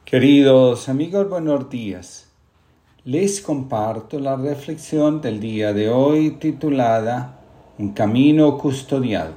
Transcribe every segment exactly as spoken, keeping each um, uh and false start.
Queridos amigos, buenos días. Les comparto la reflexión del día de hoy titulada Un camino custodiado.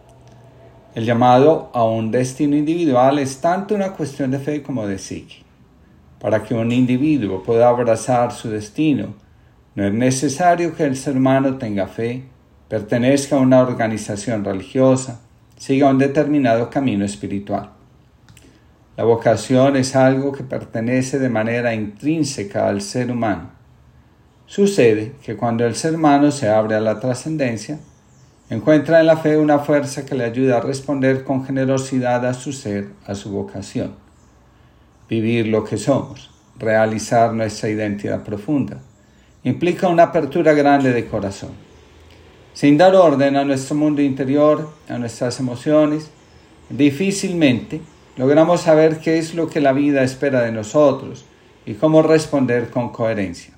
El llamado a un destino individual es tanto una cuestión de fe como de psique. Para que un individuo pueda abrazar su destino, no es necesario que el ser humano tenga fe, pertenezca a una organización religiosa, siga un determinado camino espiritual. La vocación es algo que pertenece de manera intrínseca al ser humano. Sucede que cuando el ser humano se abre a la trascendencia, encuentra en la fe una fuerza que le ayuda a responder con generosidad a su ser, a su vocación. Vivir lo que somos, realizar nuestra identidad profunda, implica una apertura grande de corazón. Sin dar orden a nuestro mundo interior, a nuestras emociones, difícilmente logramos saber qué es lo que la vida espera de nosotros y cómo responder con coherencia.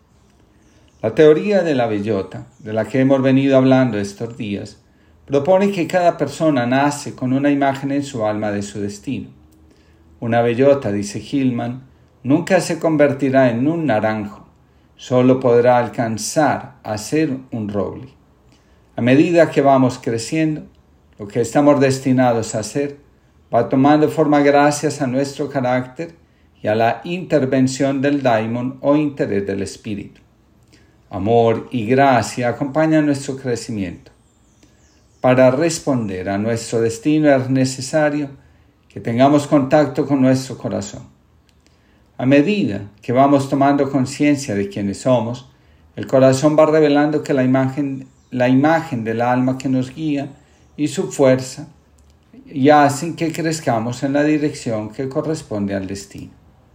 La teoría de la bellota, de la que hemos venido hablando estos días, propone que cada persona nace con una imagen en su alma de su destino. Una bellota, dice Hillman, nunca se convertirá en un naranjo, solo podrá alcanzar a ser un roble. A medida que vamos creciendo, lo que estamos destinados a ser va tomando forma gracias a nuestro carácter y a la intervención del daimon o interés del espíritu. Amor y gracia acompañan nuestro crecimiento. Para responder a nuestro destino es necesario que tengamos contacto con nuestro corazón. A medida que vamos tomando conciencia de quiénes somos, el corazón va revelando que la imagen, la imagen del alma que nos guía y su fuerza y hacen que crezcamos en la dirección que corresponde al destino.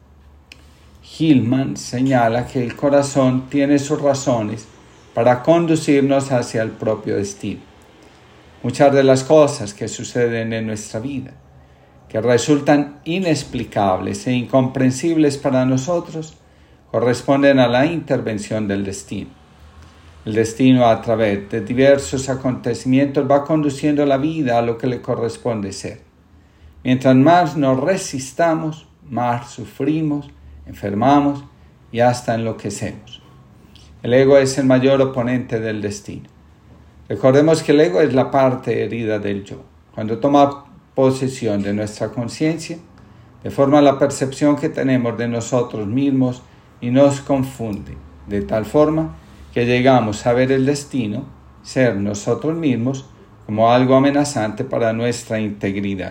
Hillman señala que el corazón tiene sus razones para conducirnos hacia el propio destino. Muchas de las cosas que suceden en nuestra vida, que resultan inexplicables e incomprensibles para nosotros, corresponden a la intervención del destino. El destino, a través de diversos acontecimientos, va conduciendo la vida a lo que le corresponde ser. Mientras más nos resistamos, más sufrimos, enfermamos y hasta enloquecemos. El ego es el mayor oponente del destino. Recordemos que el ego es la parte herida del yo. Cuando toma posesión de nuestra conciencia, deforma la percepción que tenemos de nosotros mismos y nos confunde, de tal forma que llegamos a ver el destino, ser nosotros mismos, como algo amenazante para nuestra integridad.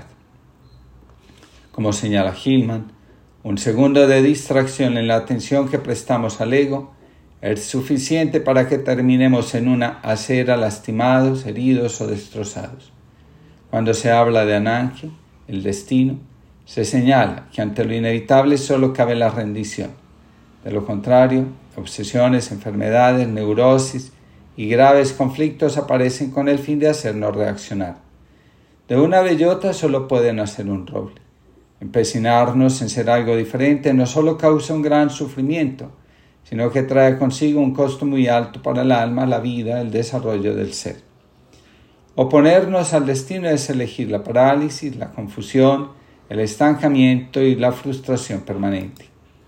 Como señala Hillman, un segundo de distracción en la atención que prestamos al ego es suficiente para que terminemos en una acera lastimados, heridos o destrozados. Cuando se habla de Ananke, el destino, se señala que ante lo inevitable solo cabe la rendición. De lo contrario, obsesiones, enfermedades, neurosis y graves conflictos aparecen con el fin de hacernos reaccionar. De una bellota solo puede nacer un roble. Empecinarnos en ser algo diferente no solo causa un gran sufrimiento, sino que trae consigo un costo muy alto para el alma, la vida, el desarrollo del ser. Oponernos al destino es elegir la parálisis, la confusión, el estancamiento y la frustración permanente.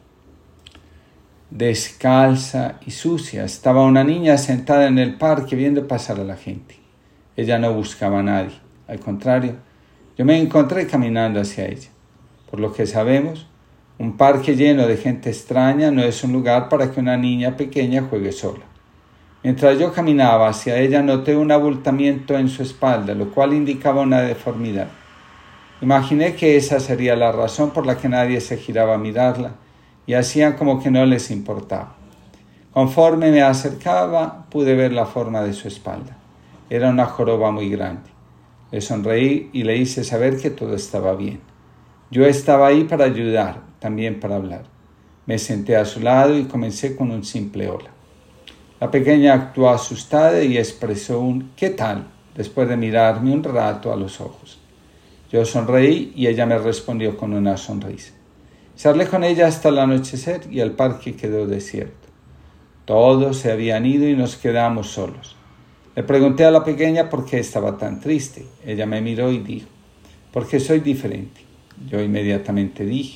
Descalza y sucia estaba una niña sentada en el parque viendo pasar a la gente. Ella no buscaba a nadie. Al contrario, yo me encontré caminando hacia ella. Por lo que sabemos, un parque lleno de gente extraña no es un lugar para que una niña pequeña juegue sola. Mientras yo caminaba hacia ella, noté un abultamiento en su espalda, lo cual indicaba una deformidad. Imaginé que esa sería la razón por la que nadie se giraba a mirarla, y hacían como que no les importaba. Conforme me acercaba, pude ver la forma de su espalda. Era una joroba muy grande. Le sonreí y le hice saber que todo estaba bien. Yo estaba ahí para ayudar, también para hablar. Me senté a su lado y comencé con un simple hola. La pequeña actuó asustada y expresó un ¿qué tal?, después de mirarme un rato a los ojos. Yo sonreí y ella me respondió con una sonrisa. Charlé con ella hasta el anochecer y el parque quedó desierto. Todos se habían ido y nos quedamos solos. Le pregunté a la pequeña por qué estaba tan triste. Ella me miró y dijo, porque soy diferente. Yo inmediatamente dije,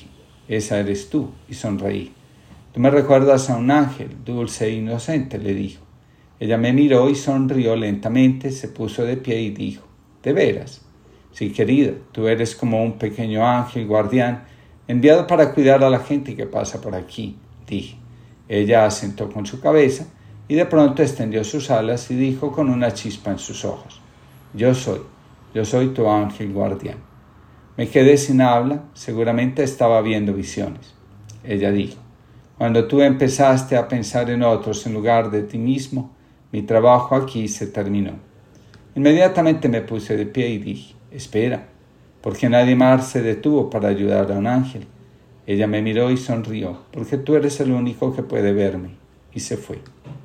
esa eres tú, y sonreí. Tú me recuerdas a un ángel, dulce e inocente, le dijo. Ella me miró y sonrió lentamente, se puso de pie y dijo, ¿de veras? Sí, querida, tú eres como un pequeño ángel guardián, enviado para cuidar a la gente que pasa por aquí, dije. Ella asentó con su cabeza y de pronto extendió sus alas y dijo con una chispa en sus ojos, yo soy, yo soy tu ángel guardián. Me quedé sin habla, seguramente estaba viendo visiones. Ella dijo, cuando tú empezaste a pensar en otros en lugar de ti mismo, mi trabajo aquí se terminó. Inmediatamente me puse de pie y dije, espera, porque nadie más se detuvo para ayudar a un ángel. Ella me miró y sonrió, porque tú eres el único que puede verme, y se fue.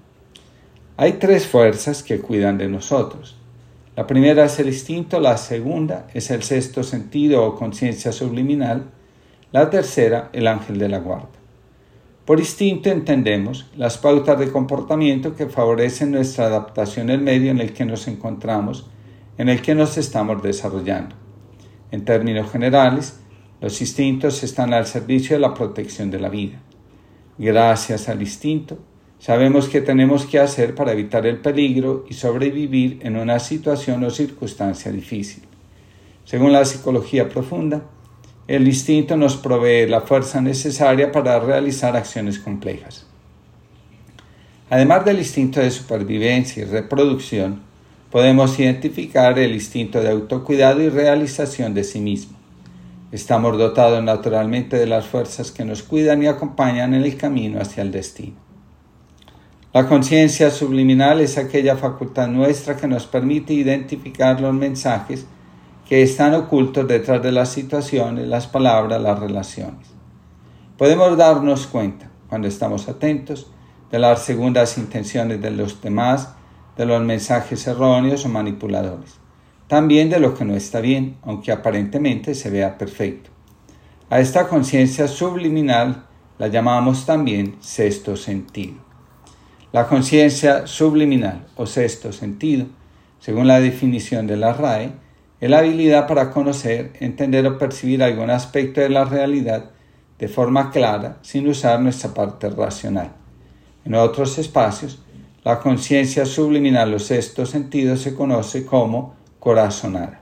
Hay tres fuerzas que cuidan de nosotros. La primera es el instinto, la segunda es el sexto sentido o conciencia subliminal, la tercera, el ángel de la guarda. Por instinto entendemos las pautas de comportamiento que favorecen nuestra adaptación al medio en el que nos encontramos, en el que nos estamos desarrollando. En términos generales, los instintos están al servicio de la protección de la vida. Gracias al instinto, sabemos qué tenemos que hacer para evitar el peligro y sobrevivir en una situación o circunstancia difícil. Según la psicología profunda, el instinto nos provee la fuerza necesaria para realizar acciones complejas. Además del instinto de supervivencia y reproducción, podemos identificar el instinto de autocuidado y realización de sí mismo. Estamos dotados naturalmente de las fuerzas que nos cuidan y acompañan en el camino hacia el destino. La conciencia subliminal es aquella facultad nuestra que nos permite identificar los mensajes que están ocultos detrás de las situaciones, las palabras, las relaciones. Podemos darnos cuenta, cuando estamos atentos, de las segundas intenciones de los demás, de los mensajes erróneos o manipuladores. También de lo que no está bien, aunque aparentemente se vea perfecto. A esta conciencia subliminal la llamamos también sexto sentido. La conciencia subliminal o sexto sentido, según la definición de la R A E, es la habilidad para conocer, entender o percibir algún aspecto de la realidad de forma clara sin usar nuestra parte racional. En otros espacios, la conciencia subliminal o sexto sentido se conoce como corazonada.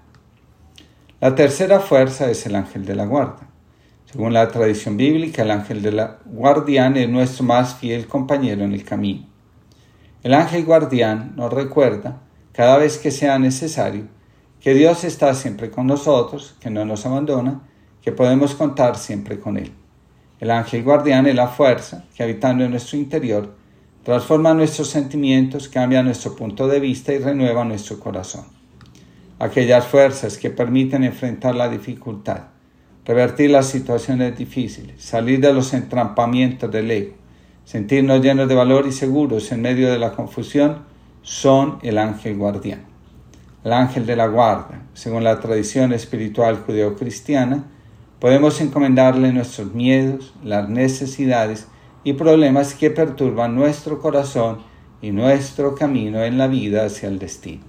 La tercera fuerza es el ángel de la guarda. Según la tradición bíblica, el ángel de la guardián es nuestro más fiel compañero en el camino. El ángel guardián nos recuerda, cada vez que sea necesario, que Dios está siempre con nosotros, que no nos abandona, que podemos contar siempre con Él. El ángel guardián es la fuerza que, habitando en nuestro interior, transforma nuestros sentimientos, cambia nuestro punto de vista y renueva nuestro corazón. Aquellas fuerzas que permiten enfrentar la dificultad, revertir las situaciones difíciles, salir de los entrampamientos del ego, sentirnos llenos de valor y seguros en medio de la confusión, son el ángel guardián. El ángel de la guarda, según la tradición espiritual judeocristiana, podemos encomendarle nuestros miedos, las necesidades y problemas que perturban nuestro corazón y nuestro camino en la vida hacia el destino.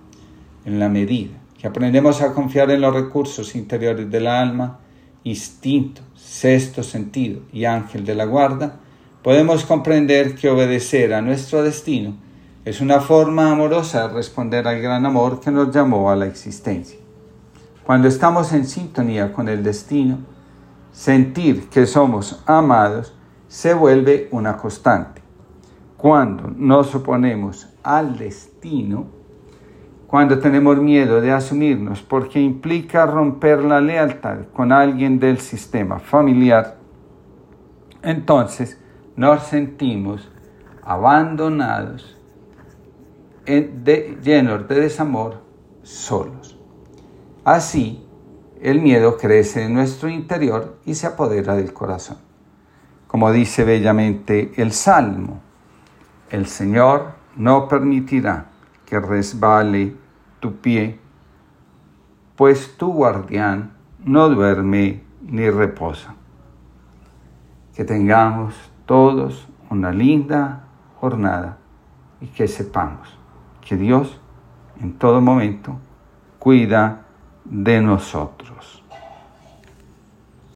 En la medida que aprendemos a confiar en los recursos interiores del alma, instinto, sexto sentido y ángel de la guarda, podemos comprender que obedecer a nuestro destino es una forma amorosa de responder al gran amor que nos llamó a la existencia. Cuando estamos en sintonía con el destino, sentir que somos amados se vuelve una constante. Cuando nos oponemos al destino, cuando tenemos miedo de asumirnos porque implica romper la lealtad con alguien del sistema familiar, entonces nos sentimos abandonados, de, llenos de desamor, solos. Así, el miedo crece en nuestro interior y se apodera del corazón. Como dice bellamente el Salmo, el Señor no permitirá que resbale tu pie, pues tu guardián no duerme ni reposa. Que tengamos todos una linda jornada y que sepamos que Dios en todo momento cuida de nosotros.